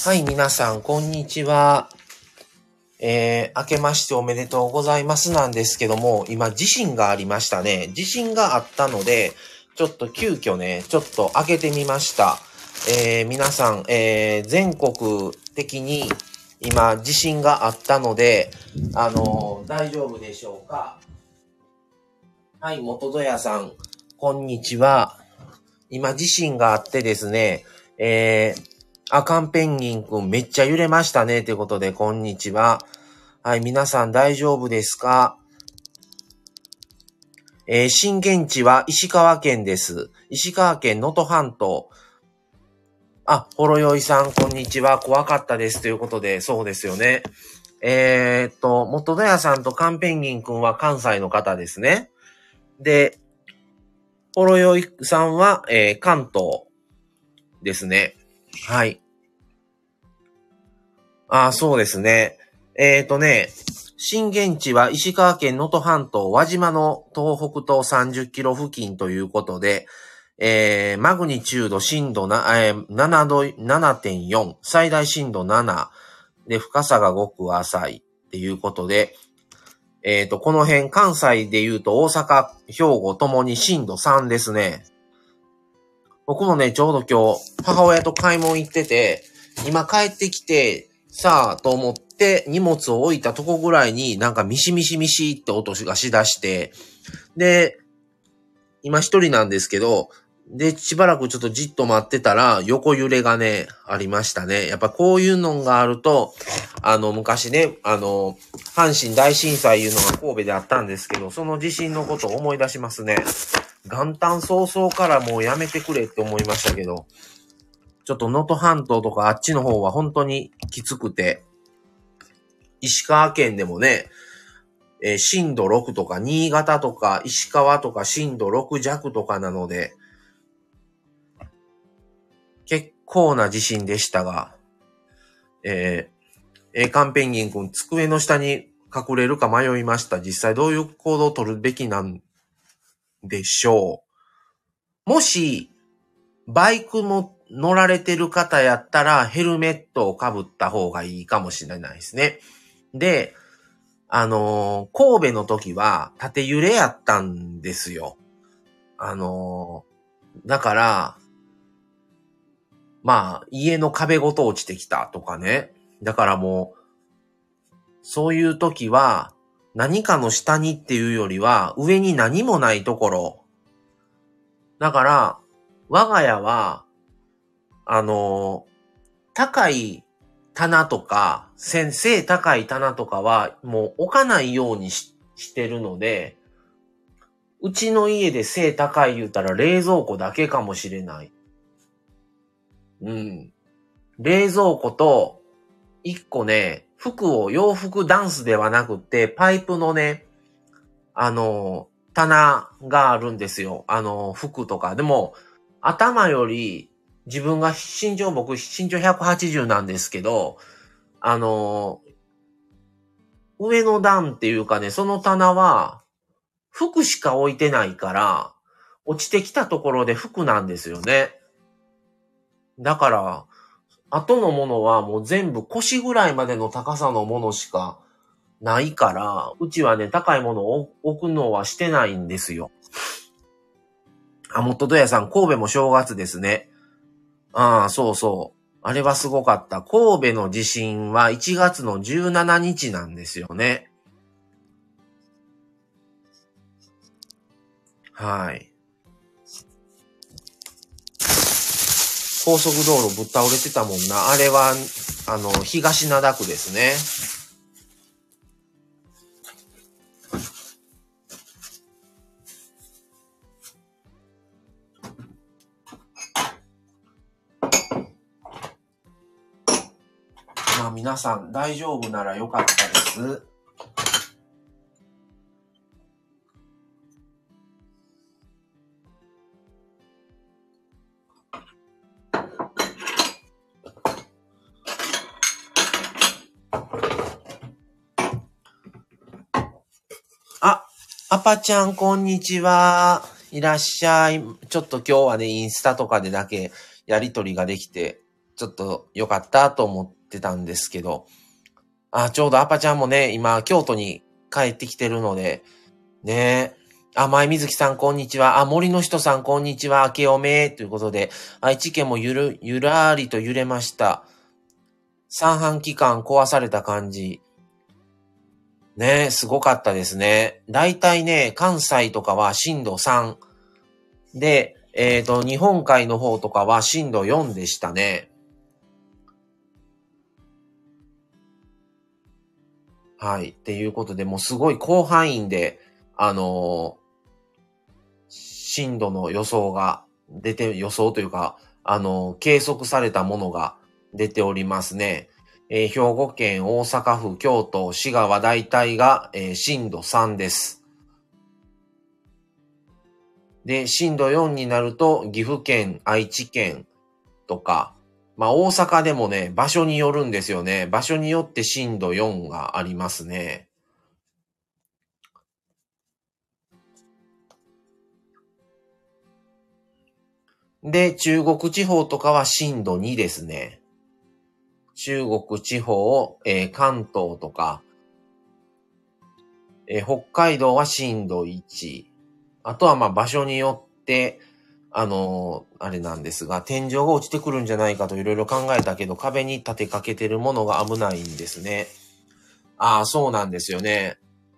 はい、皆さん、こんにちは。明けましておめでとうございますなんですけども、今、地震がありましたね。地震があったので、ちょっと急遽ね、ちょっと開けてみました。皆さん、全国的に今、地震があったので、大丈夫でしょうか。はい、元戸屋さん、こんにちは。今、地震があってですね、アカンペンギンくんめっちゃ揺れましたね。ということで、こんにちは。はい、皆さん大丈夫ですか？震源地は石川県です。石川県能登半島。あ、ほろよいさん、こんにちは。怖かったです。ということで、そうですよね。元戸屋さんとカンペンギンくんは関西の方ですね。で、ほろよいさんは、関東ですね。はい。そうですね。震源地は石川県能登半島輪島の東北東30キロ付近ということで、マグニチュード震度な、7度、7.4、最大震度7で深さがごく浅いっていうことで、この辺関西で言うと大阪、兵庫ともに震度3ですね。僕もね、ちょうど今日母親と買い物行ってて、今帰ってきて、さあと思って荷物を置いたとこぐらいになんかミシミシミシって音がしだして、で、今一人なんですけど、で、しばらくちょっとじっと待ってたら横揺れがね、ありましたね。やっぱこういうのがあると、昔ね、阪神大震災いうのが神戸であったんですけど、その地震のことを思い出しますね。元旦早々からもうやめてくれって思いましたけど、ちょっと能登半島とかあっちの方は本当にきつくて、石川県でもね、震度6とか、新潟とか石川とか震度6弱とかなので、結構な地震でしたが、カンペンギンくん机の下に隠れるか迷いました。実際どういう行動を取るべきなんでしょう。もし、バイクも乗られてる方やったらヘルメットをかぶった方がいいかもしれないですね。で、神戸の時は縦揺れやったんですよ。だから、まあ、家の壁ごと落ちてきたとかね。だからもう、そういう時は、何かの下にっていうよりは、上に何もないところ。だから、我が家は、高い棚とか、背高い棚とかは、もう置かないようにしてるので、うちの家で背高い言うたら冷蔵庫だけかもしれない。うん。冷蔵庫と、一個ね、洋服ダンスではなくて、パイプのね、棚があるんですよ。服とか。でも、頭より、僕身長180なんですけど、上の段っていうかね、その棚は、服しか置いてないから、落ちてきたところで服なんですよね。だから、後のものはもう全部腰ぐらいまでの高さのものしかないから、うちはね、高いものを置くのはしてないんですよ。元戸屋さん、神戸も正月ですね。そうそう。あれはすごかった。神戸の地震は1月の17日なんですよね。はい。高速道路ぶっ倒れてたもんな。あれは、東灘区ですね。まあ皆さん大丈夫ならよかったです。アパちゃんこんにちは。いらっしゃい。ちょっと今日はね、インスタとかでだけやりとりができてちょっと良かったと思ってたんですけど、ちょうどアパちゃんもね、今、京都に帰ってきてるので、ね。前水木さん、こんにちは。森の人さん、こんにちは。明けおめ。ということで、愛知県もゆらりと揺れました。三半規管壊された感じ。ね、すごかったですね。だいたいね、関西とかは震度3。で、日本海の方とかは震度4でしたね。はい。っていうことで、もうすごい広範囲で、震度の予想が予想というか、計測されたものが出ておりますね。兵庫県、大阪府、京都、滋賀は大体が、震度3です。で、震度4になると、岐阜県、愛知県とか、大阪でもね、場所によるんですよね。場所によって震度4がありますね。で、中国地方とかは震度2ですね。中国地方、関東とか、北海道は震度1。あとは場所によって、あれなんですが、天井が落ちてくるんじゃないかといろいろ考えたけど、壁に立てかけてるものが危ないんですね。そうなんですよね。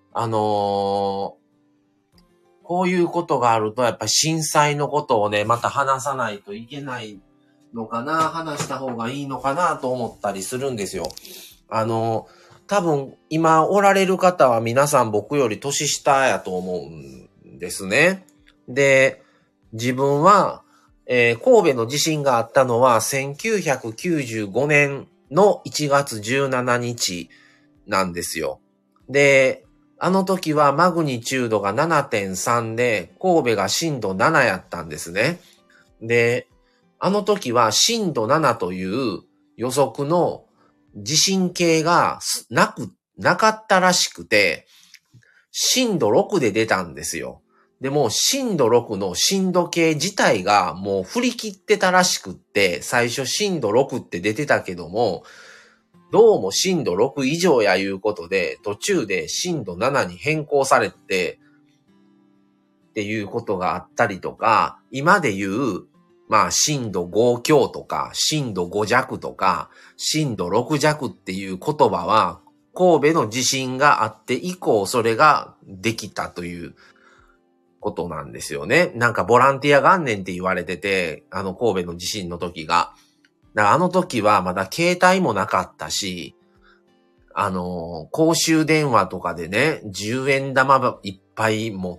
こういうことがあると、やっぱ震災のことをね、また話さないといけないのかな、話した方がいいのかなと思ったりするんですよ。多分、今おられる方は皆さん僕より年下やと思うんですね。で、自分は、神戸の地震があったのは1995年の1月17日なんですよ。で、あの時はマグニチュードが 7.3 で、神戸が震度7やったんですね。で、あの時は震度7という予測の地震計がなかったらしくて、震度6で出たんですよ。でも、震度6の震度計自体がもう振り切ってたらしくって、最初震度6って出てたけども、どうも震度6以上やいうことで、途中で震度7に変更されて、っていうことがあったりとか、今で言う、震度5強とか、震度5弱とか、震度6弱っていう言葉は、神戸の地震があって以降、それができたということなんですよね。なんかボランティア元年って言われてて、神戸の地震の時が。だからあの時はまだ携帯もなかったし、公衆電話とかでね、10円玉いっぱい持って、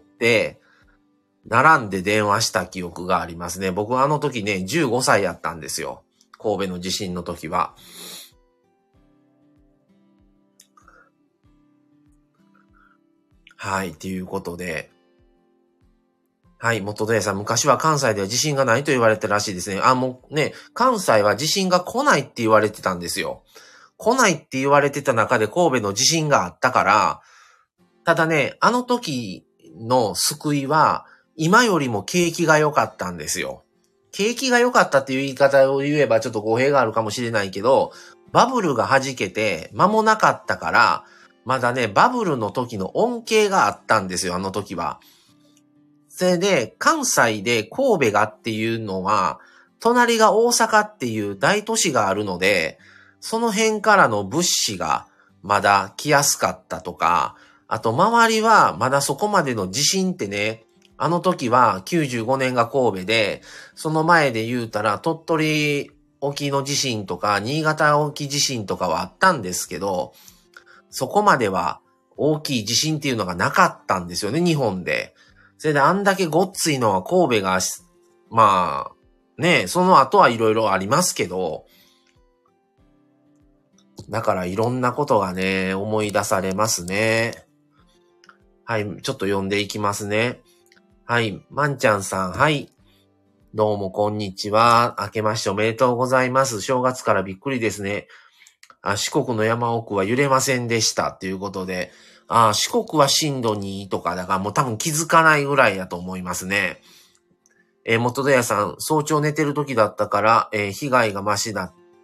並んで電話した記憶がありますね。僕はあの時ね、15歳やったんですよ。神戸の地震の時は。はい、ということで。はい、元戸屋さん、昔は関西では地震がないと言われてるらしいですね。もうね、関西は地震が来ないって言われてたんですよ。来ないって言われてた中で神戸の地震があったから、ただね、あの時の救いは、今よりも景気が良かったんですよ。景気が良かったっていう言い方を言えばちょっと語弊があるかもしれないけど、バブルが弾けて間もなかったから、まだね、バブルの時の恩恵があったんですよ、あの時は。それで、関西で神戸がっていうのは、隣が大阪っていう大都市があるので、その辺からの物資がまだ来やすかったとか、あと周りはまだそこまでの地震ってね、あの時は95年が神戸で、その前で言うたら鳥取沖の地震とか新潟沖地震とかはあったんですけど、そこまでは大きい地震っていうのがなかったんですよね、日本で。それであんだけごっついのは神戸が、ね、その後はいろいろありますけど、だからいろんなことがね、思い出されますね。はい、ちょっと読んでいきますね。はい、まんちゃんさん、はい。どうもこんにちは。明けましておめでとうございます。正月からびっくりですね。四国の山奥は揺れませんでしたっていうことで、四国は震度2とかだからもう多分気づかないぐらいだと思いますね。元戸屋さん、早朝寝てる時だったから、被害がマシだっ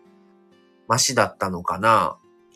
マシだったのかな。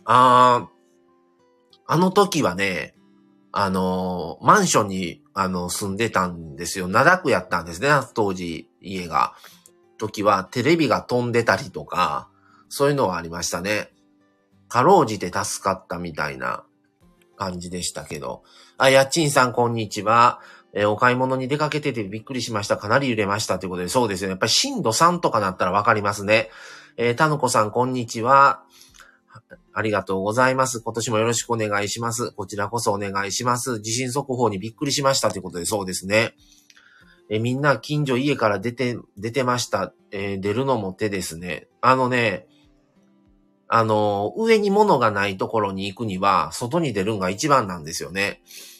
あの時はね、マンションに、住んでたんですよ。灘区やったんですね、当時、家が。時は、テレビが飛んでたりとか、そういうのはありましたね。かろうじて助かったみたいな感じでしたけど。やっちんさん、こんにちは。お買い物に出かけててびっくりしました。かなり揺れました。ということで、そうですよね。やっぱり震度3とかなったらわかりますね。たぬこさん、こんにちは。ありがとうございます。今年もよろしくお願いします。こちらこそお願いします。地震速報にびっくりしましたということで、そうですね。みんな近所家から出てました。出るのも手ですね。上に物がないところに行くには、外に出るのが一番なんですよね。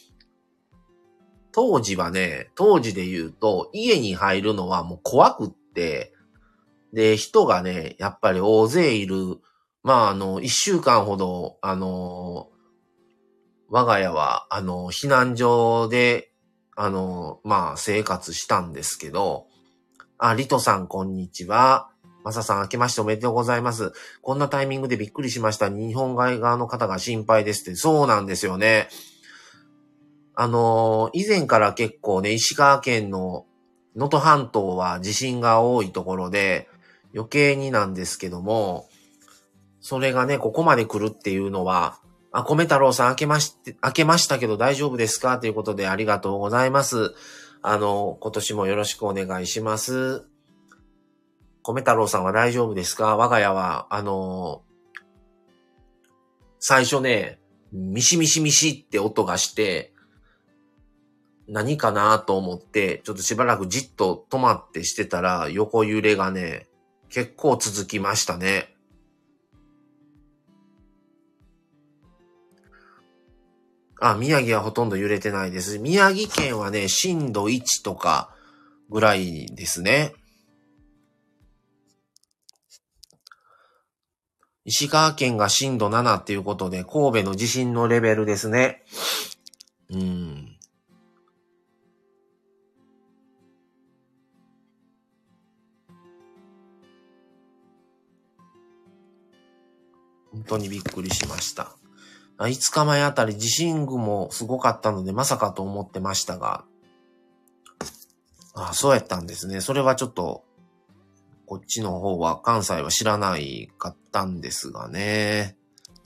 当時で言うと、家に入るのはもう怖くって、で、人がね、やっぱり大勢いる。一週間ほど、我が家は、避難所で、生活したんですけど、リトさん、こんにちは。マサさん、明けましておめでとうございます。こんなタイミングでびっくりしました。日本海側の方が心配ですって。そうなんですよね。以前から結構ね、石川県の能登半島は地震が多いところで、余計になんですけども、それがね、ここまで来るっていうのは、米太郎さん明けましたけど大丈夫ですかということでありがとうございます。今年もよろしくお願いします。米太郎さんは大丈夫ですか？我が家は、最初ね、ミシミシミシって音がして、何かなと思って、ちょっとしばらくじっと止まってしてたら、横揺れがね、結構続きましたね。宮城はほとんど揺れてないです。宮城県はね、震度1とかぐらいですね。石川県が震度7っていうことで、神戸の地震のレベルですね。本当にびっくりしました。5日前あたり地震具もすごかったので、まさかと思ってましたが。そうやったんですね。それはちょっと、こっちの方は、関西は知らないかったんですがね。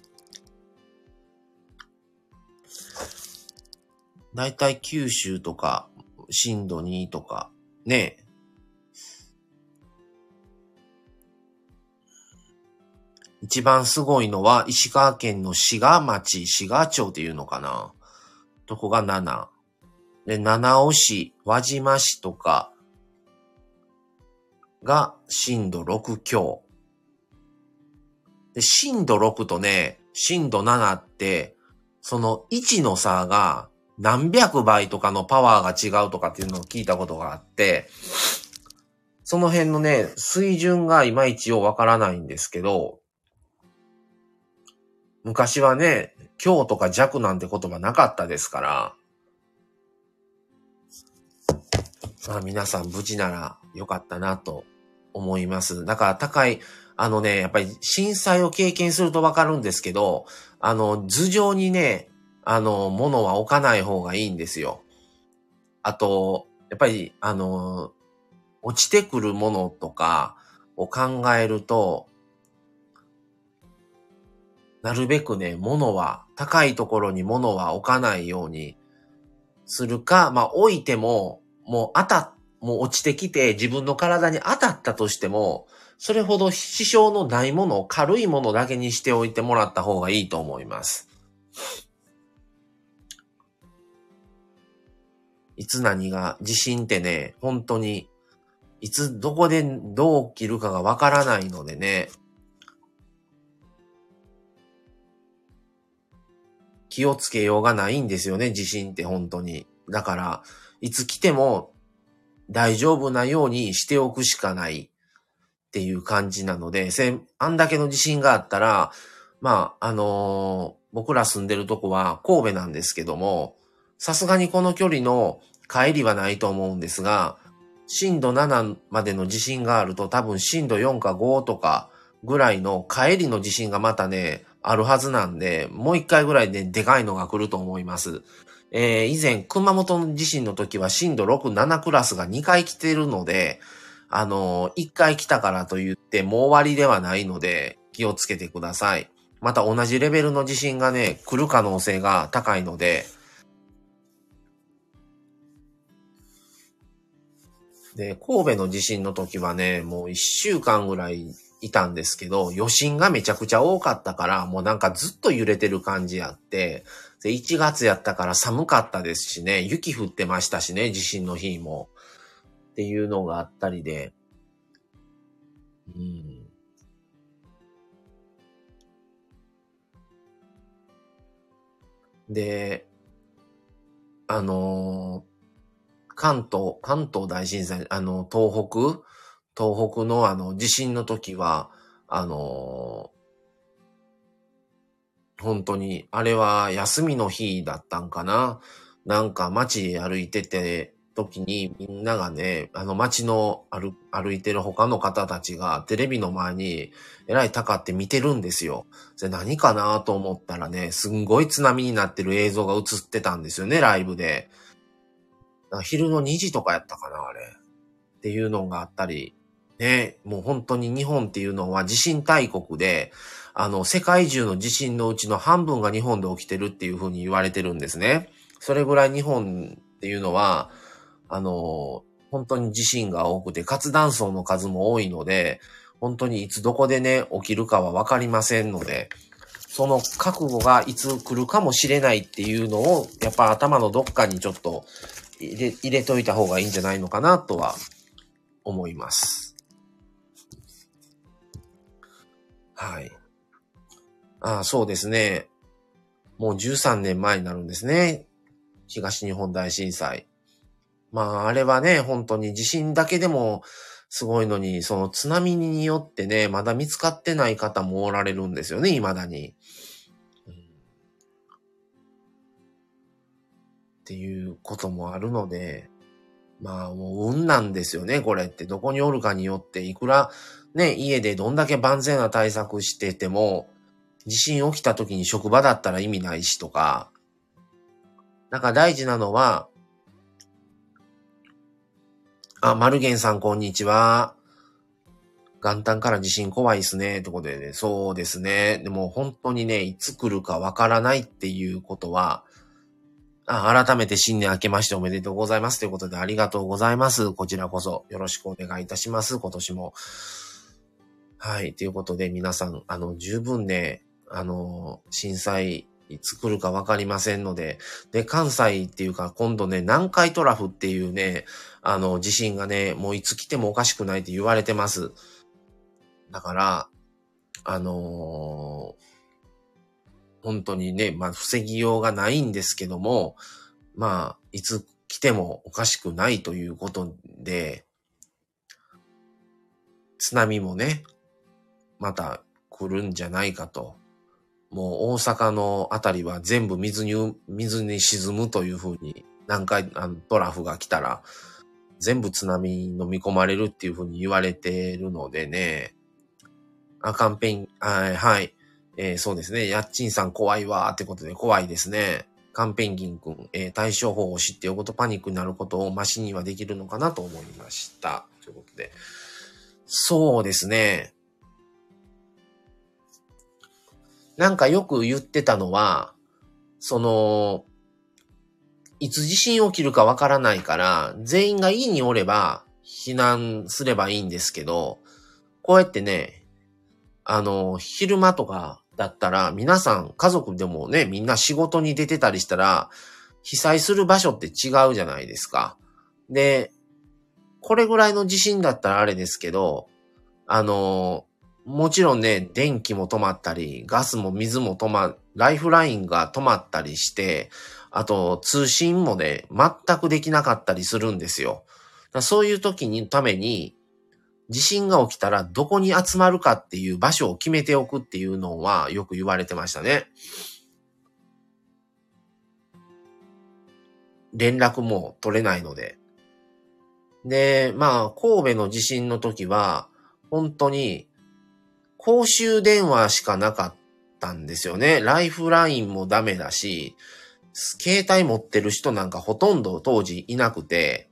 だいたい九州とか、震度2とか、ね。一番すごいのは、石川県の志賀町っていうのかな。とこが7。で、七尾市、輪島市とかが震度6強。で、震度6とね、震度7って、その1の差が何百倍とかのパワーが違うとかっていうのを聞いたことがあって、その辺のね、水準がいまいちようわからないんですけど、昔はね、強とか弱なんて言葉なかったですから、皆さん無事ならよかったなと思います。だからやっぱり震災を経験するとわかるんですけど、頭上にね、物は置かない方がいいんですよ。あと、やっぱり、落ちてくるものとかを考えると、なるべくね、高いところに物は置かないようにするか、置いても、もう落ちてきて自分の体に当たったとしても、それほど支障のないもの、軽いものだけにしておいてもらった方がいいと思います。いつ地震ってね、本当に、どこでどう起きるかがわからないのでね、気をつけようがないんですよね、地震って本当に。だから、いつ来ても大丈夫なようにしておくしかないっていう感じなので、あんだけの地震があったら、僕ら住んでるとこは神戸なんですけども、さすがにこの距離の帰りはないと思うんですが、震度7までの地震があると多分震度4か5とかぐらいの帰りの地震がまたね、あるはずなんで、もう一回ぐらいででかいのが来ると思います。以前、熊本地震の時は震度6、7クラスが2回来てるので、1回来たからといってもう終わりではないので、気をつけてください。また同じレベルの地震がね、来る可能性が高いので、で、神戸の地震の時はね、もう1週間ぐらいいたんですけど、余震がめちゃくちゃ多かったから、もうなんかずっと揺れてる感じやって、で、1月やったから寒かったですしね、雪降ってましたしね、地震の日も。っていうのがあったりで、うん。で、あのー関東大震災、東北の地震の時は、あの本当に、あれは休みの日だったんかな。なんか街歩いてて、時にみんながね、街の歩いてる他の方たちがテレビの前にえらい高って見てるんですよ。それ何かなと思ったらね、すんごい津波になってる映像が映ってたんですよね、ライブで。昼の2時とかやったかな、あれ。っていうのがあったり、ね、もう本当に日本っていうのは地震大国で、世界中の地震のうちの半分が日本で起きてるっていうふうに言われてるんですね。それぐらい日本っていうのは、本当に地震が多くて活断層の数も多いので、本当にいつどこでね、起きるかはわかりませんので、その覚悟がいつ来るかもしれないっていうのを、やっぱ頭のどっかにちょっと入れといた方がいいんじゃないのかなとは思います。はい。そうですね。もう13年前になるんですね。東日本大震災。あれはね、本当に地震だけでもすごいのに、その津波によってね、まだ見つかってない方もおられるんですよね、未だに。っていうこともあるので、もう運なんですよね、これって。どこにおるかによって、いくらね、家でどんだけ万全な対策してても、地震起きた時に職場だったら意味ないしとか、なんか大事なのは、マルゲンさんこんにちは。元旦から地震怖いですね。ってことでね、そうですね。でも本当にね、いつ来るかわからないっていうことは、改めて新年明けましておめでとうございますということでありがとうございます。こちらこそよろしくお願いいたします。今年も。はい。ということで皆さん、十分ね、震災、いつ来るかわかりませんので、で、関西っていうか、今度ね、南海トラフっていうね、地震がね、もういつ来てもおかしくないって言われてます。だから、あのー本当にね、防ぎようがないんですけども、いつ来てもおかしくないということで、津波もね、また来るんじゃないかと。もう大阪のあたりは全部水に沈むというふうに、何回トラフが来たら、全部津波に飲み込まれるっていうふうに言われてるのでね、カンペイン、はい。そうですね。やっちんさん怖いわーってことで怖いですね。カンペンギンくん、対処法を知っておくとパニックになることをマシにはできるのかなと思いました。ということで。そうですね。なんかよく言ってたのは、いつ地震起きるかわからないから、全員が家におれば避難すればいいんですけど、こうやってね、昼間とかだったら、皆さん、家族でもね、みんな仕事に出てたりしたら、被災する場所って違うじゃないですか。で、これぐらいの地震だったらあれですけど、もちろんね、電気も止まったり、ガスも水もライフラインが止まったりして、あと通信もね、全くできなかったりするんですよ。そういう時にために、地震が起きたらどこに集まるかっていう場所を決めておくっていうのはよく言われてましたね。連絡も取れないので。で、神戸の地震の時は、本当に公衆電話しかなかったんですよね。ライフラインもダメだし、携帯持ってる人なんかほとんど当時いなくて、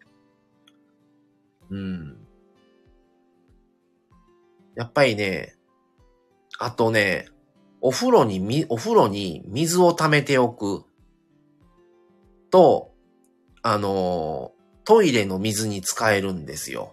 やっぱりね、あとね、お風呂に水を溜めておくと、トイレの水に使えるんですよ。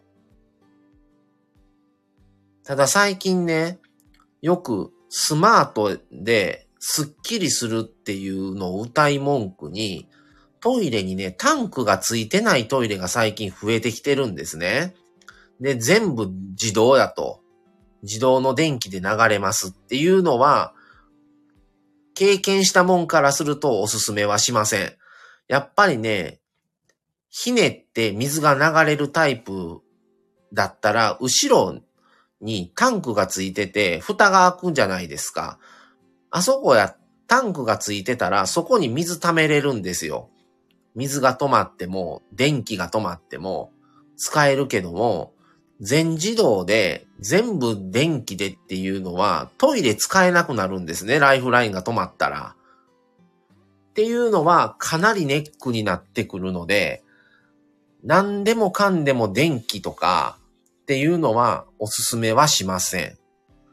ただ最近ね、よくスマートでスッキリするっていうのを謳い文句に、トイレにね、タンクがついてないトイレが最近増えてきてるんですね。で、全部自動だと。自動の電気で流れますっていうのは、経験したもんからするとおすすめはしません。やっぱりね、ひねって水が流れるタイプだったら、後ろにタンクがついてて、蓋が開くんじゃないですか。あそこタンクがついてたら、そこに水溜めれるんですよ。水が止まっても、電気が止まっても、使えるけども、全自動で全部電気でっていうのは、トイレ使えなくなるんですね。ライフラインが止まったら。っていうのは、かなりネックになってくるので、何でもかんでも電気とかっていうのはおすすめはしません。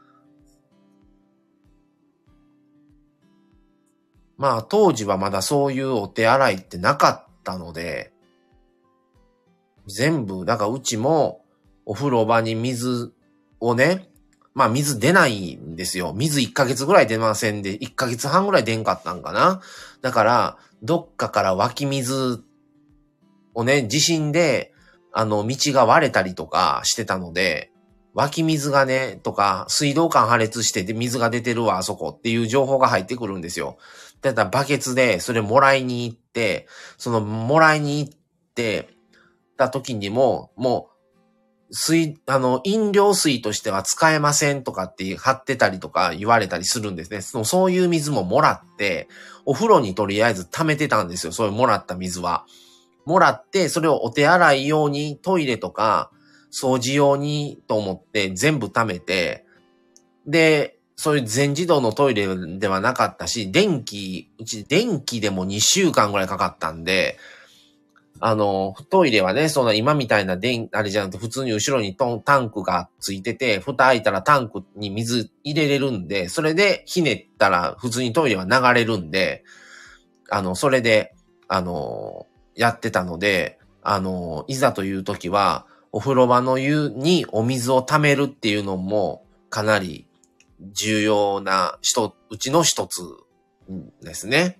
まあ当時はまだそういうお手洗いってなかったので、全部、だからうちもお風呂場に水をね、まあ水出ないんですよ。水1ヶ月ぐらい出ませんで、1ヶ月半ぐらい出んかったんかな。だから、どっかから湧き水をね、地震で、道が割れたりとかしてたので、湧き水がね、とか、水道管破裂してで水が出てるわ、あそこっていう情報が入ってくるんですよ。だったらバケツでそれもらいに行って、もらいに行ってた時にも、もう、飲料水としては使えませんとかって貼ってたりとか言われたりするんですね。そういう水ももらって、お風呂にとりあえず溜めてたんですよ。そういうもらった水は。もらって、それをお手洗い用に、トイレとか、掃除用にと思って全部貯めて、で、そういう全自動のトイレではなかったし、うち電気でも2週間ぐらいかかったんで、トイレはね、その今みたいなあれじゃなくて、普通に後ろにタンクがついてて、蓋開いたらタンクに水入れれるんで、それでひねったら普通にトイレは流れるんで、それで、やってたので、いざという時は、お風呂場の湯にお水を溜めるっていうのも、かなり重要なうちの一つですね。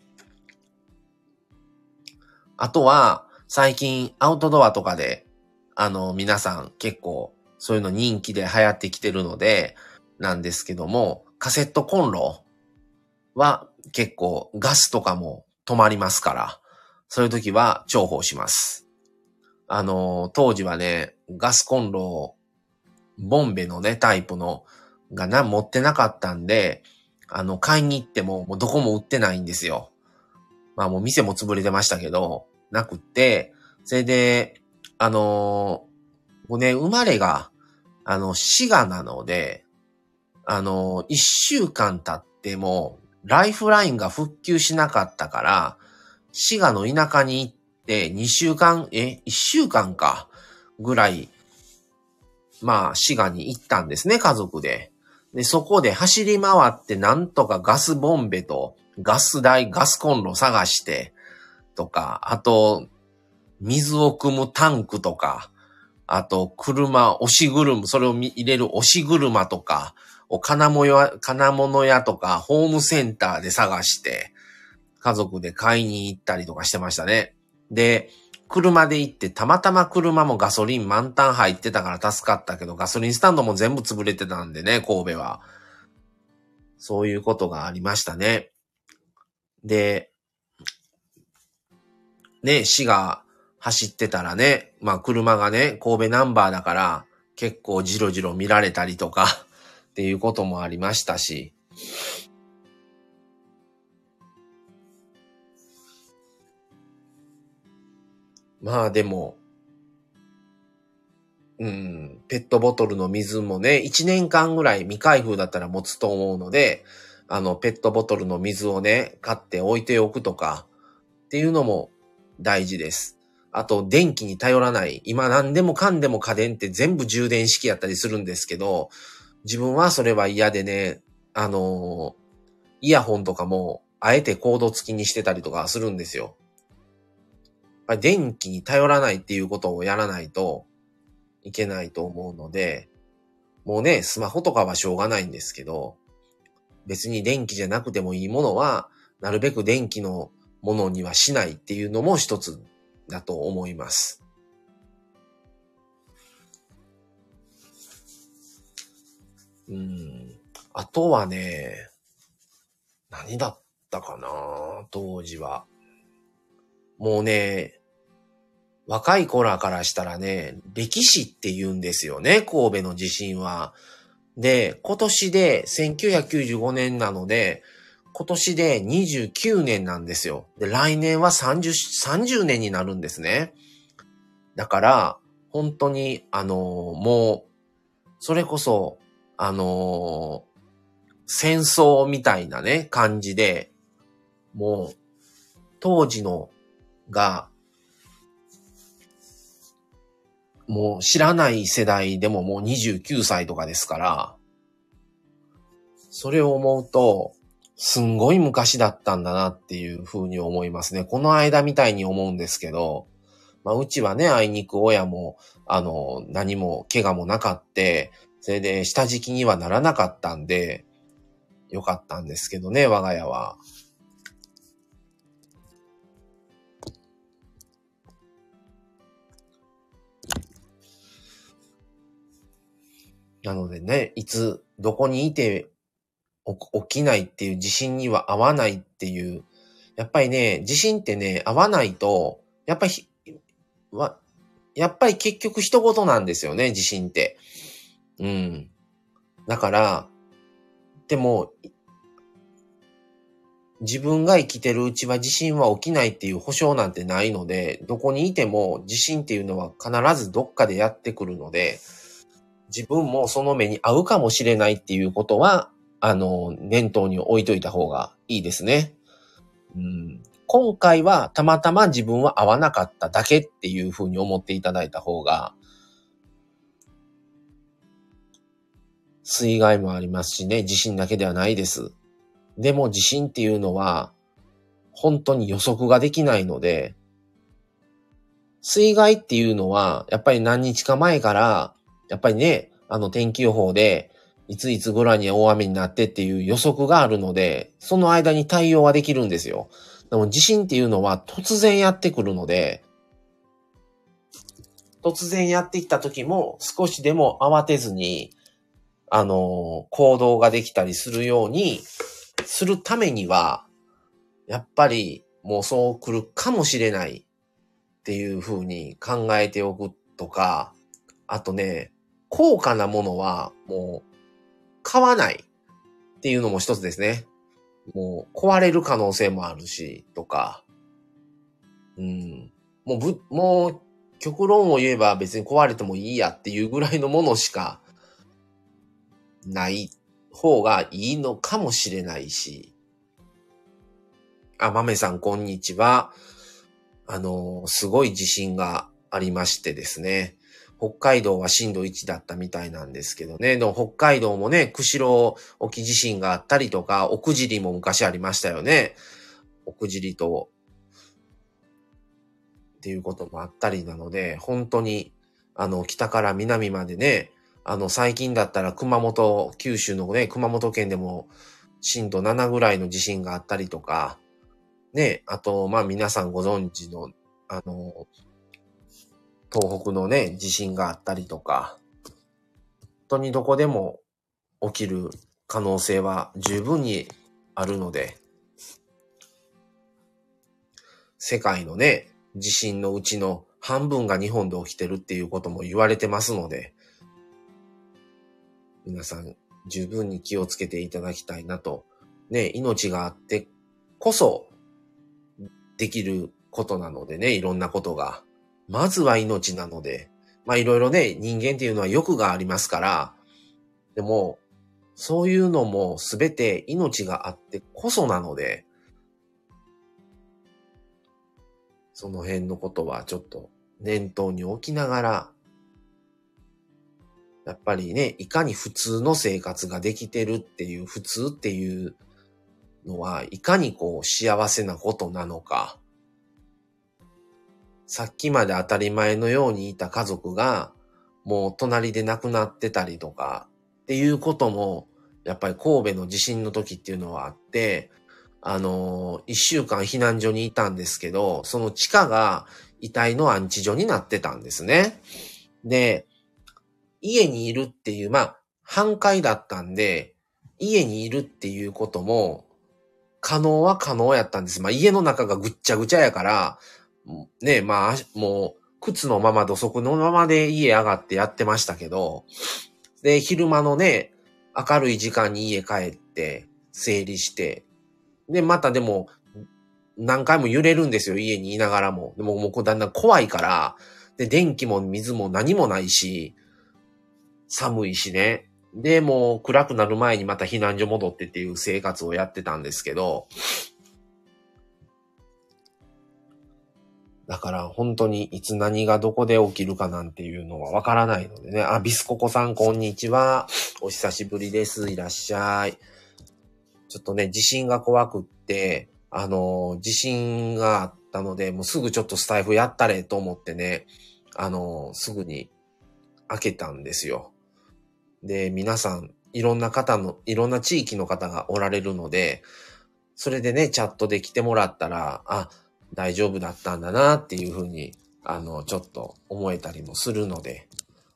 あとは、最近アウトドアとかで、皆さん結構そういうの人気で流行ってきてるので、なんですけども、カセットコンロは結構ガスとかも止まりますから、そういう時は重宝します。当時はね、ガスコンロ、ボンベのね、タイプの持ってなかったんで、買いに行っても、もうどこも売ってないんですよ。まあもう店も潰れてましたけど、なくって、それで、生まれが、滋賀なので、一週間経っても、ライフラインが復旧しなかったから、滋賀の田舎に行って2週間、1週間か、ぐらい、まあ、滋賀に行ったんですね、家族で。で、そこで走り回ってなんとかガスボンベとガスコンロ探して、とか、あと、水を汲むタンクとか、あと、押し車、それを入れる押し車とか、金物屋とか、ホームセンターで探して、家族で買いに行ったりとかしてましたね。で、車で行って、たまたま車もガソリン満タン入ってたから助かったけど、ガソリンスタンドも全部潰れてたんでね、神戸は。そういうことがありましたね。で、ね、市が走ってたらね、まあ車がね、神戸ナンバーだから、結構ジロジロ見られたりとか、っていうこともありましたし。まあでも、 ペットボトルの水もね、1年間ぐらい未開封だったら持つと思うので、ペットボトルの水をね、買って置いておくとかっていうのも大事です。あと、電気に頼らない。今何でもかんでも家電って全部充電式やったりするんですけど、自分はそれは嫌でね、イヤホンとかも、あえてコード付きにしてたりとかするんですよ。やっぱり電気に頼らないっていうことをやらないといけないと思うので、もうね、スマホとかはしょうがないんですけど、別に電気じゃなくてもいいものは、なるべく電気のものにはしないっていうのも一つだと思います。あとはね、何だったかな、当時は。もうね、若い頃からしたらね、歴史って言うんですよね、神戸の地震は。で、今年で1995年なので、今年で29年なんですよ。で、来年は30年になるんですね。だから、本当に、もう、それこそ、戦争みたいなね、感じで、もう、当時のが、もう知らない世代でももう29歳とかですから、それを思うと、すんごい昔だったんだなっていうふうに思いますね。この間みたいに思うんですけど、うちはね、あいにく親も、何も怪我もなかって、それで下敷きにはならなかったんで、よかったんですけどね、我が家は。なのでね、いつ、どこにいて起きないっていう地震には合わないっていう、やっぱりね、地震ってね、合わないと、やっぱり結局一言なんですよね、地震って。だから、でも、自分が生きてるうちは地震は起きないっていう保証なんてないので、どこにいても地震っていうのは必ずどっかでやってくるので、自分もその目に遭うかもしれないっていうことは、念頭に置いといた方がいいですね。今回はたまたま自分は合わなかっただけっていうふうに思っていただいた方が、水害もありますしね、地震だけではないです。でも地震っていうのは、本当に予測ができないので、水害っていうのは、やっぱり何日か前から、やっぱりね、天気予報で、いついつぐらいに大雨になってっていう予測があるので、その間に対応はできるんですよ。でも地震っていうのは突然やってくるので、突然やってきた時も少しでも慌てずに、行動ができたりするようにするためには、やっぱりもうそう来るかもしれないっていう風に考えておくとか、あとね、高価なものはもう買わないっていうのも一つですね。もう壊れる可能性もあるし、とか。もう極論を言えば別に壊れてもいいやっていうぐらいのものしかない方がいいのかもしれないし。豆さんこんにちは。すごい地震がありましてですね。北海道は震度1だったみたいなんですけどね。でも北海道もね、釧路沖地震があったりとか、奥尻も昔ありましたよね。奥尻と、っていうこともあったりなので、本当に、北から南までね、最近だったら九州のね、熊本県でも震度7ぐらいの地震があったりとか、ね、あと、皆さんご存知の、東北のね、地震があったりとか、本当にどこでも起きる可能性は十分にあるので、世界のね、地震のうちの半分が日本で起きてるっていうことも言われてますので、皆さん十分に気をつけていただきたいなと。ね、命があってこそできることなのでね、いろんなことが。まずは命なので、 まあいろいろね、人間っていうのは欲がありますから、でも、そういうのもすべて命があってこそなので、その辺のことはちょっと念頭に置きながら、やっぱりね、いかに普通の生活ができてるっていう、普通っていうのは、いかにこう幸せなことなのか、さっきまで当たり前のようにいた家族が、もう隣で亡くなってたりとか、っていうことも、やっぱり神戸の地震の時っていうのはあって、一週間避難所にいたんですけど、その地下が遺体の安置所になってたんですね。で、家にいるっていう、まあ、半壊だったんで、家にいるっていうことも、可能は可能やったんです。まあ、家の中がぐっちゃぐちゃやから、ね、まあ、もう、靴のまま土足のままで家上がってやってましたけど、で、昼間のね、明るい時間に家帰って、整理して、で、またでも、何回も揺れるんですよ、家にいながらも。でも、もうだんだん怖いから、で、電気も水も何もないし、寒いしね。で、もう暗くなる前にまた避難所戻ってっていう生活をやってたんですけど、だから本当にいつ何がどこで起きるかなんていうのはわからないのでね。あ、ビスココさんこんにちは。お久しぶりです。いらっしゃい。ちょっとね、地震が怖くって、地震があったので、もうすぐちょっとスタイフやったれと思ってね、すぐに開けたんですよ。で、皆さん、いろんな地域の方がおられるので、それでね、チャットで来てもらったら、あ、大丈夫だったんだなっていうふうに、ちょっと思えたりもするので、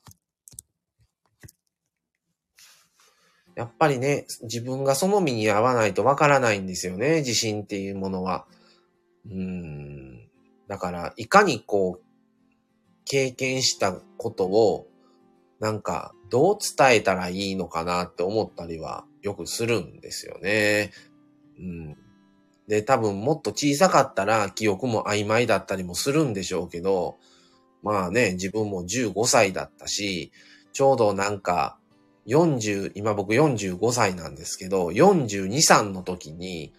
やっぱりね、自分がその身に合わないとわからないんですよね、地震っていうものは。だから、いかにこう、経験したことを、なんか、どう伝えたらいいのかなって思ったりはよくするんですよね。うん。で、多分もっと小さかったら記憶も曖昧だったりもするんでしょうけど、まあね、自分も15歳だったし、ちょうどなんか今僕45歳なんですけど、42、3の時に、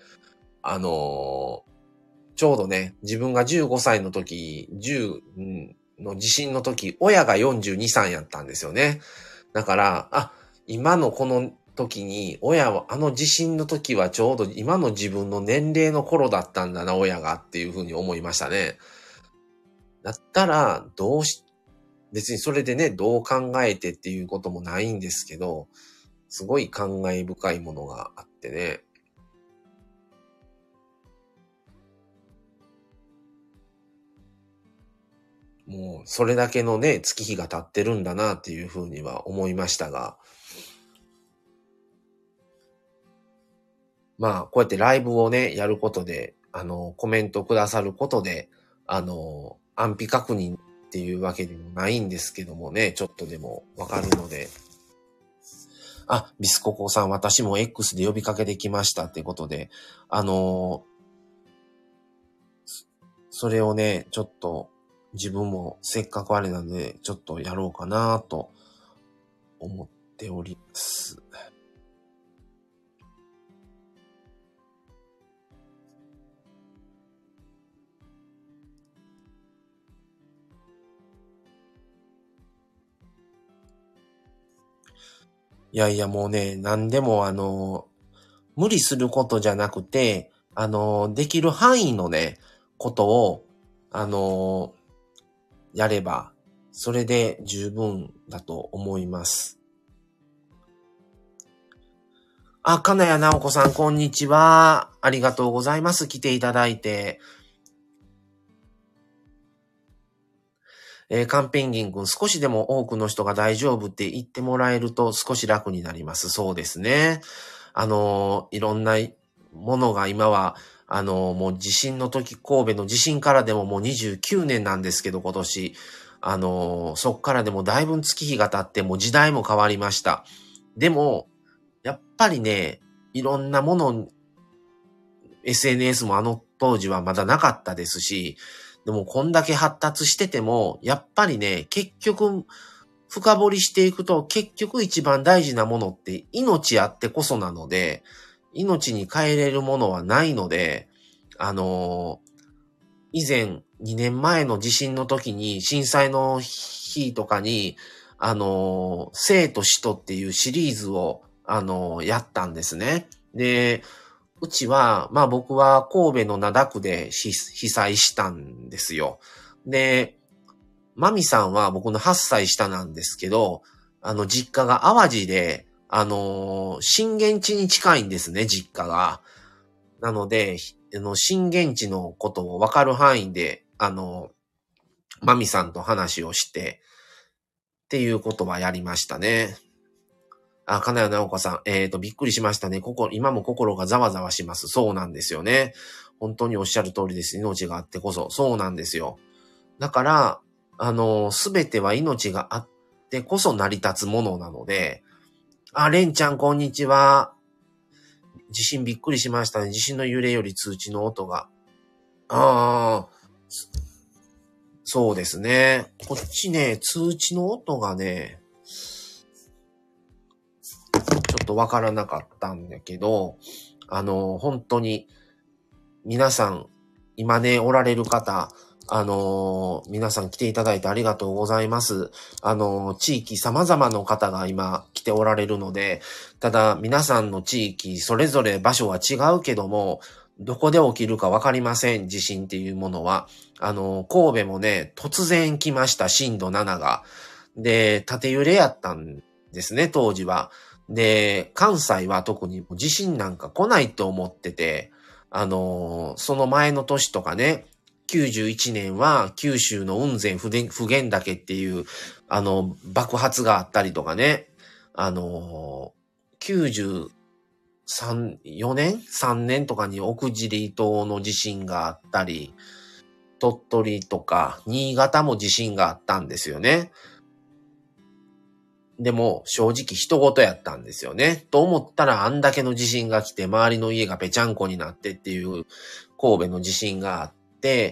ちょうどね、自分が15歳の時、の地震の時、親が42、3やったんですよね。だから、今のこの時に、親は、あの地震の時はちょうど今の自分の年齢の頃だったんだな、親がっていうふうに思いましたね。だったら、別にそれでね、どう考えてっていうこともないんですけど、すごい感慨深いものがあってね。もう、それだけのね、月日が経ってるんだなっていうふうには思いましたが、まあ、こうやってライブをね、やることで、コメントくださることで、安否確認っていうわけでもないんですけどもね、ちょっとでもわかるので。あ、ビスココさん、私も X で呼びかけてきましたってことで、それをね、ちょっと自分もせっかくあれなんで、ちょっとやろうかなと思っております。いやいやもうね、何でも無理することじゃなくて、できる範囲のね、ことを、やれば、それで十分だと思います。あ、金谷直子さん、こんにちは。ありがとうございます。来ていただいて。カンペンギン君、少しでも多くの人が大丈夫って言ってもらえると少し楽になります。そうですね。いろんなものが今は、もう地震の時、神戸の地震からでももう29年なんですけど、今年。そっからでもだいぶ月日が経って、もう時代も変わりました。でも、やっぱりね、いろんなもの、SNS もあの当時はまだなかったですし、 でもこんだけ発達してても、やっぱりね、結局、深掘りしていくと、結局一番大事なものって命あってこそなので、命に変えれるものはないので、以前、2年前の地震の時に、震災の日とかに、生と死とっていうシリーズを、やったんですね。で、うちは、まあ僕は神戸の灘区で被災したんですよ。で、マミさんは僕の8歳下なんですけど、実家が淡路で、震源地に近いんですね、実家が。なので、震源地のことを分かる範囲で、マミさんと話をして、っていうことはやりましたね。あ、金谷直子さん、びっくりしましたね。今も心がざわざわします。そうなんですよね。本当におっしゃる通りです。命があってこそ。そうなんですよ。だから、すべては命があってこそ成り立つものなので、あ、レンちゃんこんにちは。地震びっくりしましたね。地震の揺れより通知の音が。ああ、そうですね。こっちね、通知の音がね、ちょっとわからなかったんだけど、本当に、皆さん、今ね、おられる方、皆さん来ていただいてありがとうございます。地域様々な方が今来ておられるので、ただ皆さんの地域、それぞれ場所は違うけども、どこで起きるかわかりません、地震っていうものは。神戸もね、突然来ました、震度7が。で、縦揺れやったんですね、当時は。で、関西は特に地震なんか来ないと思ってて、その前の年とかね、91年は九州の雲仙普賢岳っていう、爆発があったりとかね、93、4年 ?3 年とかに奥尻島の地震があったり、鳥取とか新潟も地震があったんですよね。でも正直人事やったんですよね。と思ったらあんだけの地震が来て周りの家がぺちゃんこになってっていう神戸の地震があって、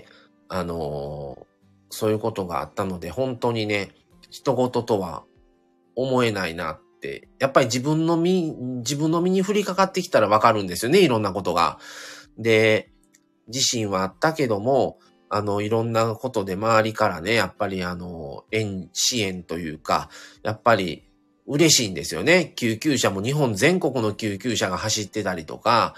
そういうことがあったので本当にね、人事とは思えないなって。やっぱり自分の身に降りかかってきたらわかるんですよね、いろんなことが。で、地震はあったけども、いろんなことで周りからね、やっぱり支援というか、やっぱり嬉しいんですよね。救急車も日本全国の救急車が走ってたりとか、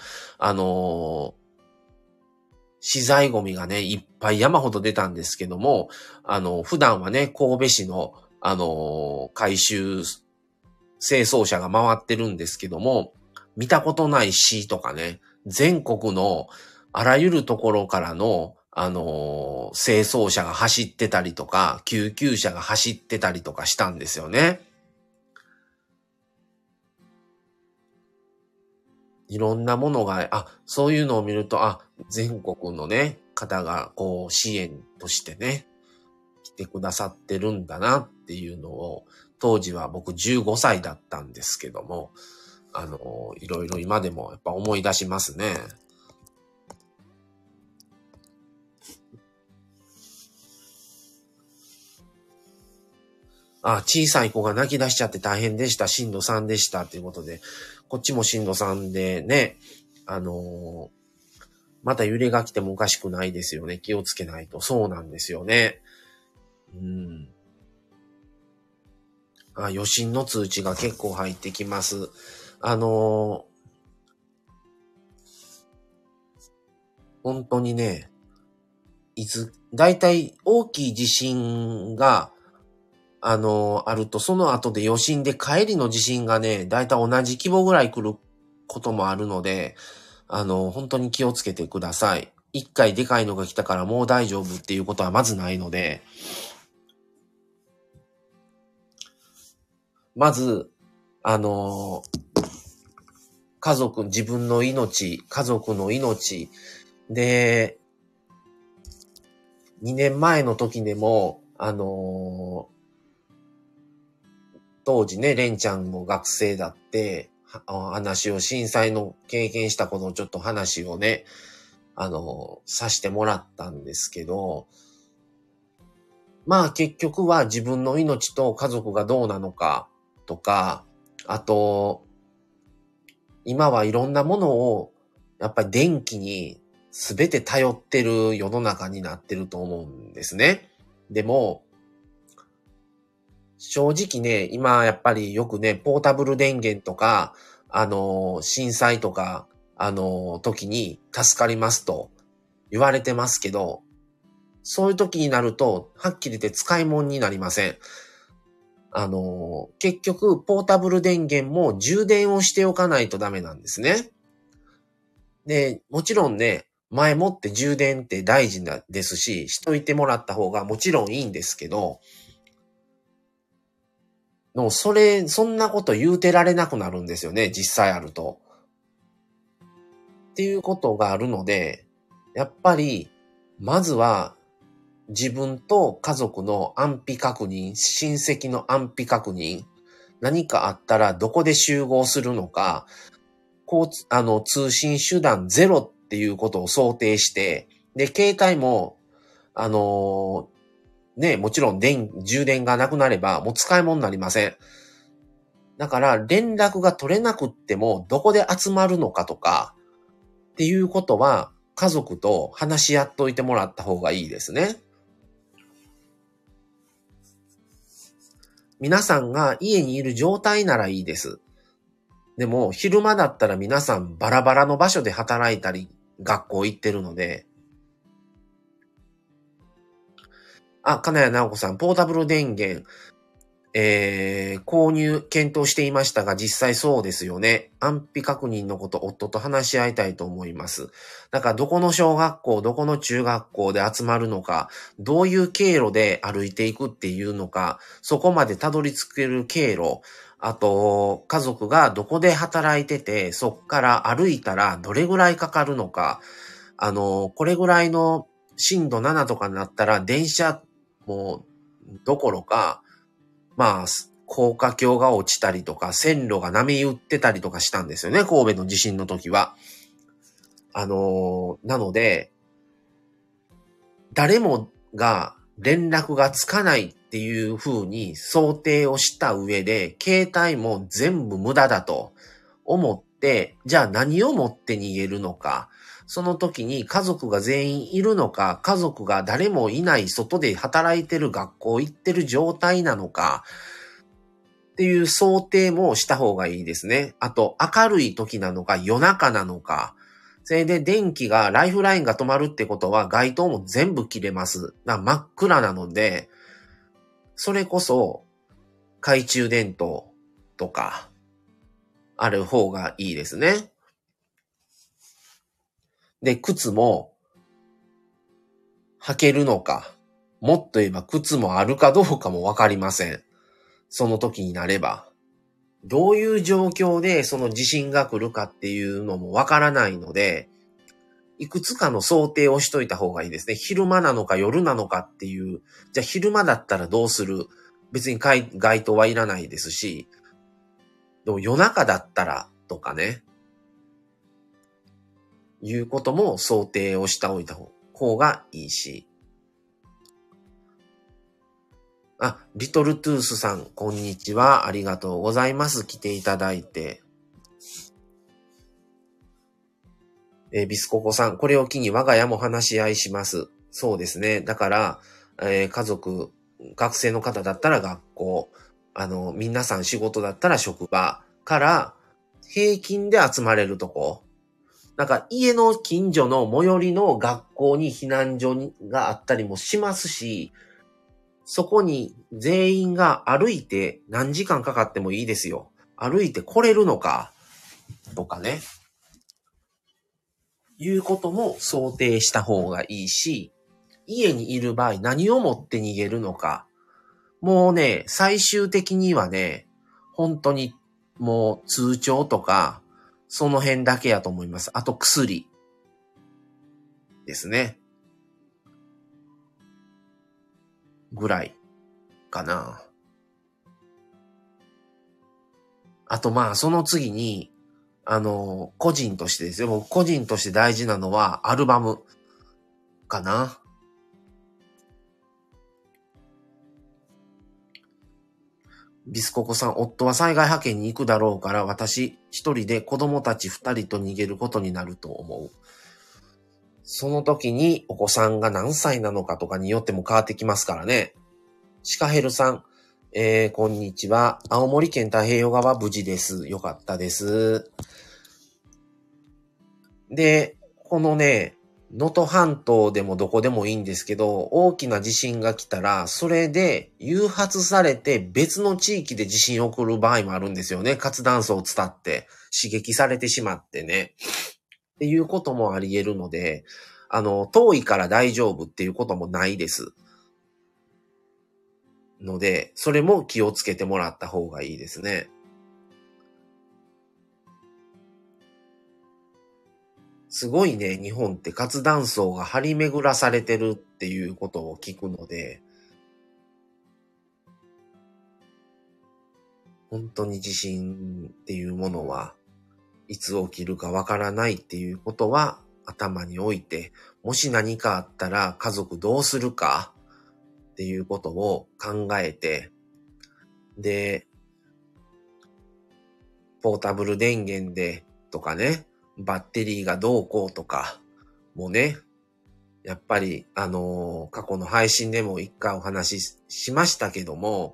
資材ゴミがね、いっぱい山ほど出たんですけども、普段はね、神戸市の、回収清掃車が回ってるんですけども、見たことない市とかね、全国のあらゆるところからの、清掃車が走ってたりとか、救急車が走ってたりとかしたんですよね。いろんなものが、そういうのを見ると、全国のね、方が、こう、支援としてね、来てくださってるんだなっていうのを、当時は僕15歳だったんですけども、いろいろ今でもやっぱ思い出しますね。小さい子が泣き出しちゃって大変でした。震度3でしたっていうことで、こっちも震度3でね、また揺れが来てもおかしくないですよね。気をつけないと。そうなんですよね。余震の通知が結構入ってきます。本当にね、だいたい大きい地震が、あると、その後で余震で帰りの地震がね、だいたい同じ規模ぐらい来ることもあるので、本当に気をつけてください。一回でかいのが来たからもう大丈夫っていうことはまずないので、まず、自分の命、家族の命、で、2年前の時でも、当時ね、レンちゃんも学生だって、震災の経験したことをちょっと話をね、さしてもらったんですけど、 まあ結局は自分の命と家族がどうなのかとか、あと、今はいろんなものをやっぱり電気に全て頼ってる世の中になってると思うんですね。でも、正直ね、今やっぱりよくね、ポータブル電源とか、震災とか、時に助かりますと言われてますけど、そういう時になると、はっきり言って使い物になりません。結局、ポータブル電源も充電をしておかないとダメなんですね。で、もちろんね、前もって充電って大事ですし、しといてもらった方がもちろんいいんですけど、そんなこと言うてられなくなるんですよね、実際あると。っていうことがあるので、やっぱり、まずは、自分と家族の安否確認、親戚の安否確認、何かあったらどこで集合するのか、通信手段ゼロっていうことを想定して、で、携帯も、もちろん充電がなくなればもう使い物になりません。だから連絡が取れなくってもどこで集まるのかとかっていうことは家族と話し合っといてもらった方がいいですね。皆さんが家にいる状態ならいいです。でも昼間だったら皆さんバラバラの場所で働いたり学校行ってるので、金谷直子さん、ポータブル電源、購入検討していましたが、実際そうですよね。安否確認のこと、夫と話し合いたいと思います。だから、どこの小学校、どこの中学校で集まるのか、どういう経路で歩いていくっていうのか、そこまでたどり着ける経路、あと、家族がどこで働いてて、そっから歩いたらどれぐらいかかるのか、これぐらいの震度7とかになったら、電車もどころか、まあ、高架橋が落ちたりとか、線路が波打ってたりとかしたんですよね、神戸の地震の時は。なので、誰もが連絡がつかないっていう風に想定をした上で、携帯も全部無駄だと思って、じゃあ何を持って逃げるのか、その時に家族が全員いるのか、家族が誰もいない外で働いてる学校行ってる状態なのか、っていう想定もした方がいいですね。あと、明るい時なのか夜中なのか。それでライフラインが止まるってことは街灯も全部切れます。真っ暗なので、それこそ懐中電灯とかある方がいいですね。で、靴も履けるのか。もっと言えば靴もあるかどうかもわかりません。その時になれば。どういう状況でその地震が来るかっていうのもわからないので、いくつかの想定をしといた方がいいですね。昼間なのか夜なのかっていう。じゃあ昼間だったらどうする？別に街灯はいらないですし、でも夜中だったらとかね、いうことも想定をしておいた方がいいし。リトルトゥースさん、こんにちは。ありがとうございます。来ていただいて。ビスココさん、これを機に我が家も話し合いします。そうですね。だから、家族、学生の方だったら学校、皆さん仕事だったら職場から平均で集まれるとこ。なんか家の近所の最寄りの学校に避難所があったりもしますし、そこに全員が歩いて何時間かかってもいいですよ。歩いて来れるのかとかね。いうことも想定した方がいいし、家にいる場合何を持って逃げるのか。もうね、最終的にはね、本当にもう通帳とか、その辺だけやと思います。あと薬ですね。ぐらいかな。あとその次に、個人としてですよ。僕個人として大事なのはアルバムかな。 ビスココさん、夫は災害派遣に行くだろうから、私一人で子供たち二人と逃げることになると思う。その時にお子さんが何歳なのかとかによっても変わってきますからね。シカヘルさん、こんにちは。青森県太平洋側無事です。よかったです。で、このね、能登半島でもどこでもいいんですけど、大きな地震が来たら、それで誘発されて別の地域で地震起こる場合もあるんですよね。活断層を伝って刺激されてしまってね。っていうこともあり得るので、遠いから大丈夫っていうこともないです。ので、それも気をつけてもらった方がいいですね。すごいね、日本って活断層が張り巡らされてるっていうことを聞くので、本当に地震っていうものはいつ起きるかわからないっていうことは頭に置いて、もし何かあったら家族どうするかっていうことを考えて、で、ポータブル電源でとかね、バッテリーがどうこうとかもね、やっぱり過去の配信でも一回お話ししましたけども、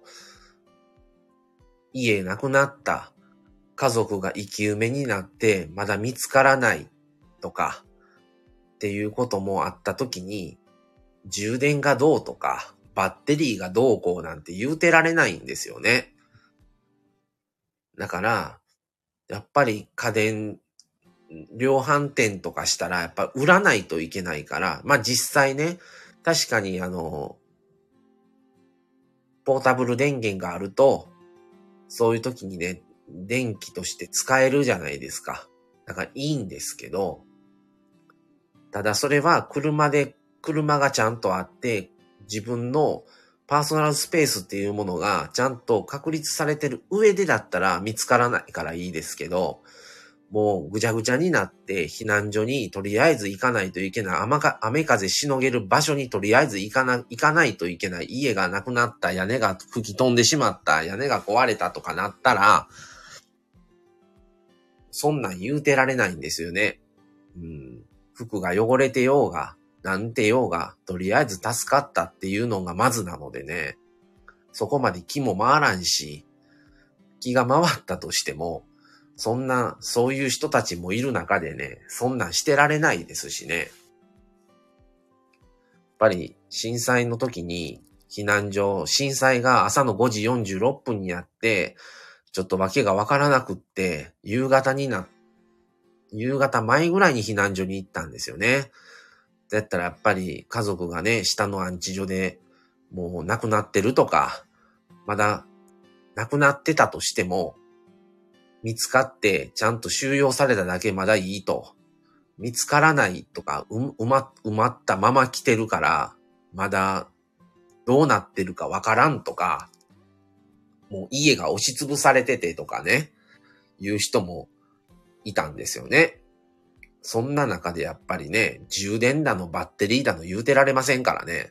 家なくなった家族が生き埋めになってまだ見つからないとかっていうこともあった時に、充電がどうとかバッテリーがどうこうなんて言うてられないんですよね。だからやっぱり家電量販店とかしたらやっぱ売らないといけないから、まあ実際ね、確かにポータブル電源があると、そういう時にね、電気として使えるじゃないですか。だからいいんですけど、ただそれは車がちゃんとあって、自分のパーソナルスペースっていうものがちゃんと確立されてる上でだったら見つからないからいいですけど、もうぐちゃぐちゃになって避難所にとりあえず行かないといけない。雨風しのげる場所にとりあえず行かないといけない。家がなくなった、屋根が吹き飛んでしまった、屋根が壊れたとかなったら、そんなん言うてられないんですよね。服が汚れてようが、なんてようが、とりあえず助かったっていうのがまずなのでね、そこまで気も回らんし、気が回ったとしても、そういう人たちもいる中でね、そんなんしてられないですしね。やっぱり震災の時に震災が朝の5時46分にあって、ちょっとわけがわからなくって、夕方前ぐらいに避難所に行ったんですよね。だったらやっぱり家族がね、下の安置所でもう亡くなってるとか、まだ亡くなってたとしても、見つかってちゃんと収容されただけまだいいと。見つからないとか、埋まったまま来てるから、まだどうなってるかわからんとか、もう家が押しつぶされててとかね、いう人もいたんですよね。そんな中でやっぱりね、充電だのバッテリーだの言うてられませんからね。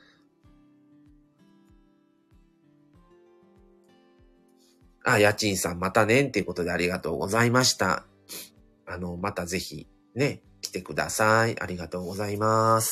家賃さんまたねんっていうことでありがとうございました。またぜひね、来てください。ありがとうございます。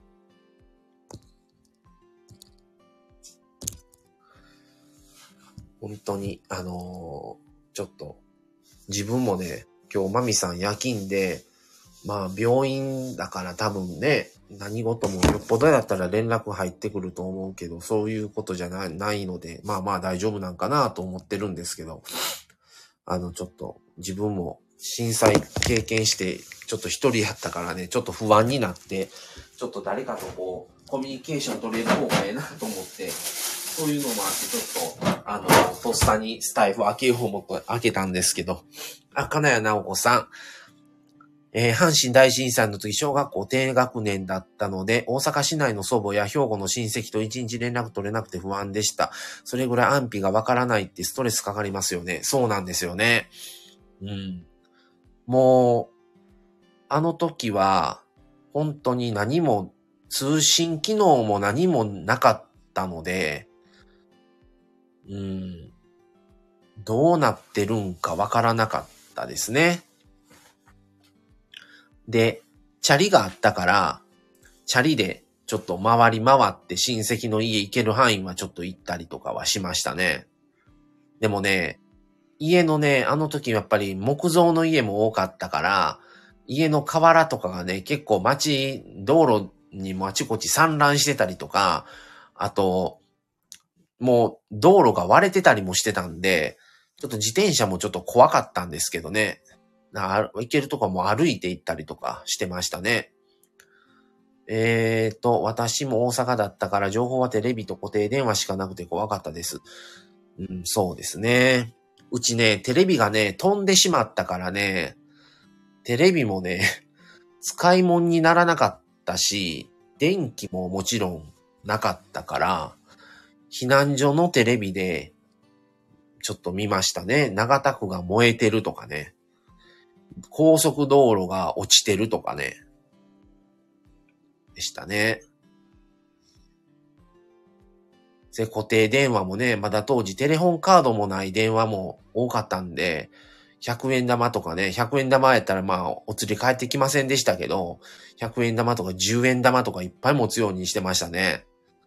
本当に、ちょっと、自分もね、今日マミさん夜勤で、まあ病院だから多分ね、何事もよっぽどだったら連絡入ってくると思うけど、そういうことじゃないので、まあまあ大丈夫なんかなと思ってるんですけど、ちょっと自分も震災経験して、ちょっと一人やったからね、ちょっと不安になって、ちょっと誰かとこう、コミュニケーション取れる方がええなと思って、そういうのもあって、ちょっと、とっさにスタイフ開けよう思って開けたんですけど、金谷直子さん、阪神大震災の時、小学校低学年だったので、大阪市内の祖母や兵庫の親戚と一日連絡取れなくて不安でした。それぐらい安否がわからないってストレスかかりますよね。そうなんですよね。もう、あの時は、本当に何も、通信機能も何もなかったので、 どうなってるんかわからなかったですね。で、チャリがあったから、チャリでちょっと回り回って親戚の家行ける範囲はちょっと行ったりとかはしましたね。でもね、家のね、あの時やっぱり木造の家も多かったから、家の河原とかがね、結構道路にもあちこち散乱してたりとか、あと、もう道路が割れてたりもしてたんで、ちょっと自転車もちょっと怖かったんですけどね。行けるとこも歩いて行ったりとかしてましたね。私も大阪だったから情報はテレビと固定電話しかなくて怖かったです。そうですね。うちね、テレビがね、飛んでしまったからね、テレビもね、使い物にならなかったし、電気ももちろんなかったから、避難所のテレビでちょっと見ましたね。長田区が燃えてるとかね、高速道路が落ちてるとかね、でしたね。で、固定電話もね、まだ当時テレホンカードもない電話も多かったんで、100円玉とかね、100円玉やったらまあ、お釣り返ってきませんでしたけど、100円玉とか10円玉とかいっぱい持つようにしてましたね。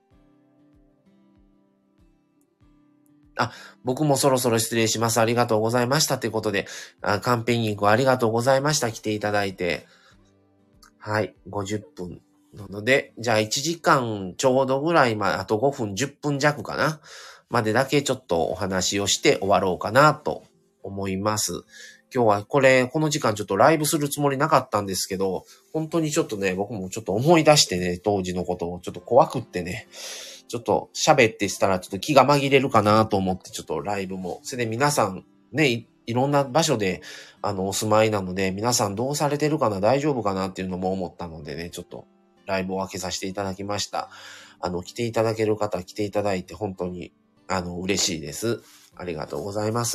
あ、僕もそろそろ失礼します。ありがとうございました。ということで、カンペニングありがとうございました。来ていただいて。はい、50分。なので、じゃあ1時間ちょうどぐらいあと5分、10分弱かなまでだけちょっとお話をして終わろうかなと思います。今日はこの時間ちょっとライブするつもりなかったんですけど、本当にちょっとね、僕もちょっと思い出してね、当時のことをちょっと怖くってね、ちょっと喋ってしたらちょっと気が紛れるかなと思ってちょっとライブも。それで皆さんね、いろんな場所でお住まいなので、皆さんどうされてるかな、大丈夫かなっていうのも思ったのでね、ちょっとライブを開けさせていただきました。来ていただける方、来ていただいて本当に嬉しいです。ありがとうございます。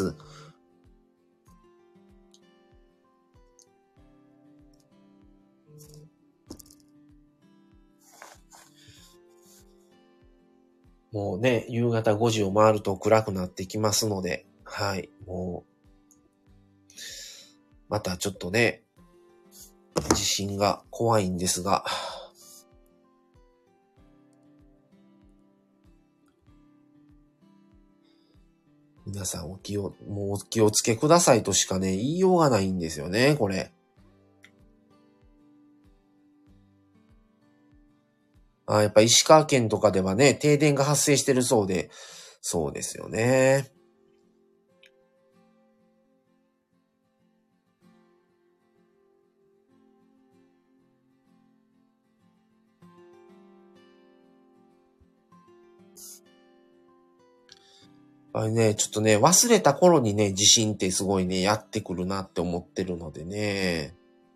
もうね、夕方5時を回ると暗くなってきますので、はい、もう、またちょっとね、地震が怖いんですが、皆さんもうお気をつけくださいとしかね、言いようがないんですよね、これ。やっぱ石川県とかではね、停電が発生してるそうで、そうですよね。ちょっとね、忘れた頃にね、地震ってすごいね、やってくるなって思ってるのでね。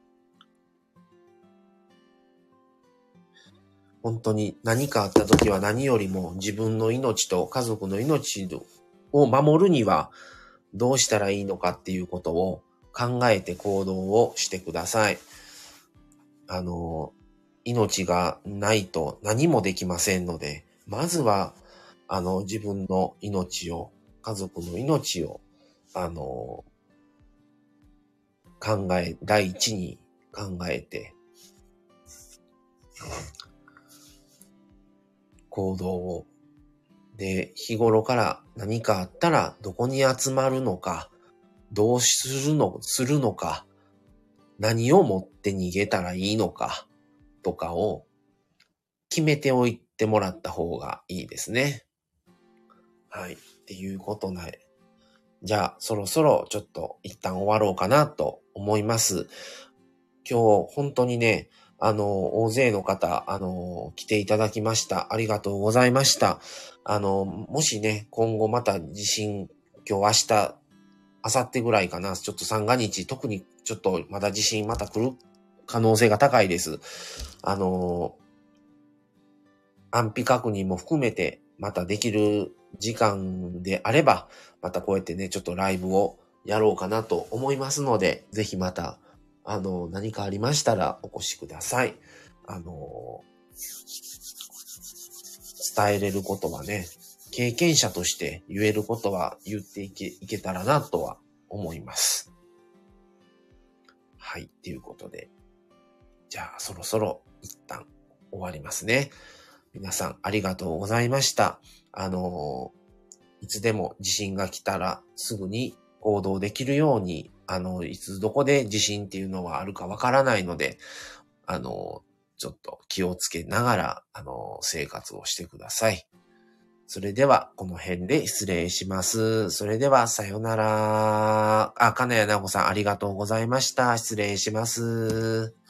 本当に何かあった時は何よりも自分の命と家族の命を守るにはどうしたらいいのかっていうことを考えて行動をしてください。命がないと何もできませんので、まずは、自分の命を、家族の命を、第一に考えて、行動を。で、日頃から何かあったらどこに集まるのか、どうするのか、何を持って逃げたらいいのか、とかを決めておいてもらった方がいいですね。はい。っていうことない。じゃあ、そろそろちょっと一旦終わろうかなと思います。今日、本当にね、大勢の方、来ていただきました。ありがとうございました。もしね、今後また地震、今日明日、明後日ぐらいかな、ちょっと三が日、特にちょっとまだ地震また来る可能性が高いです。安否確認も含めて、またできる時間であれば、またこうやってね、ちょっとライブをやろうかなと思いますので、ぜひまた、何かありましたらお越しください。伝えれることはね、 経験者として言えることは言っていけたらなとは思います。はい、ということで。じゃあ、そろそろ一旦終わりますね。皆さんありがとうございました。いつでも地震が来たらすぐに行動できるように、いつどこで地震っていうのはあるかわからないので、ちょっと気をつけながら、生活をしてください。それでは、この辺で失礼します。それでは、さよなら。金谷直子さん、ありがとうございました。失礼します。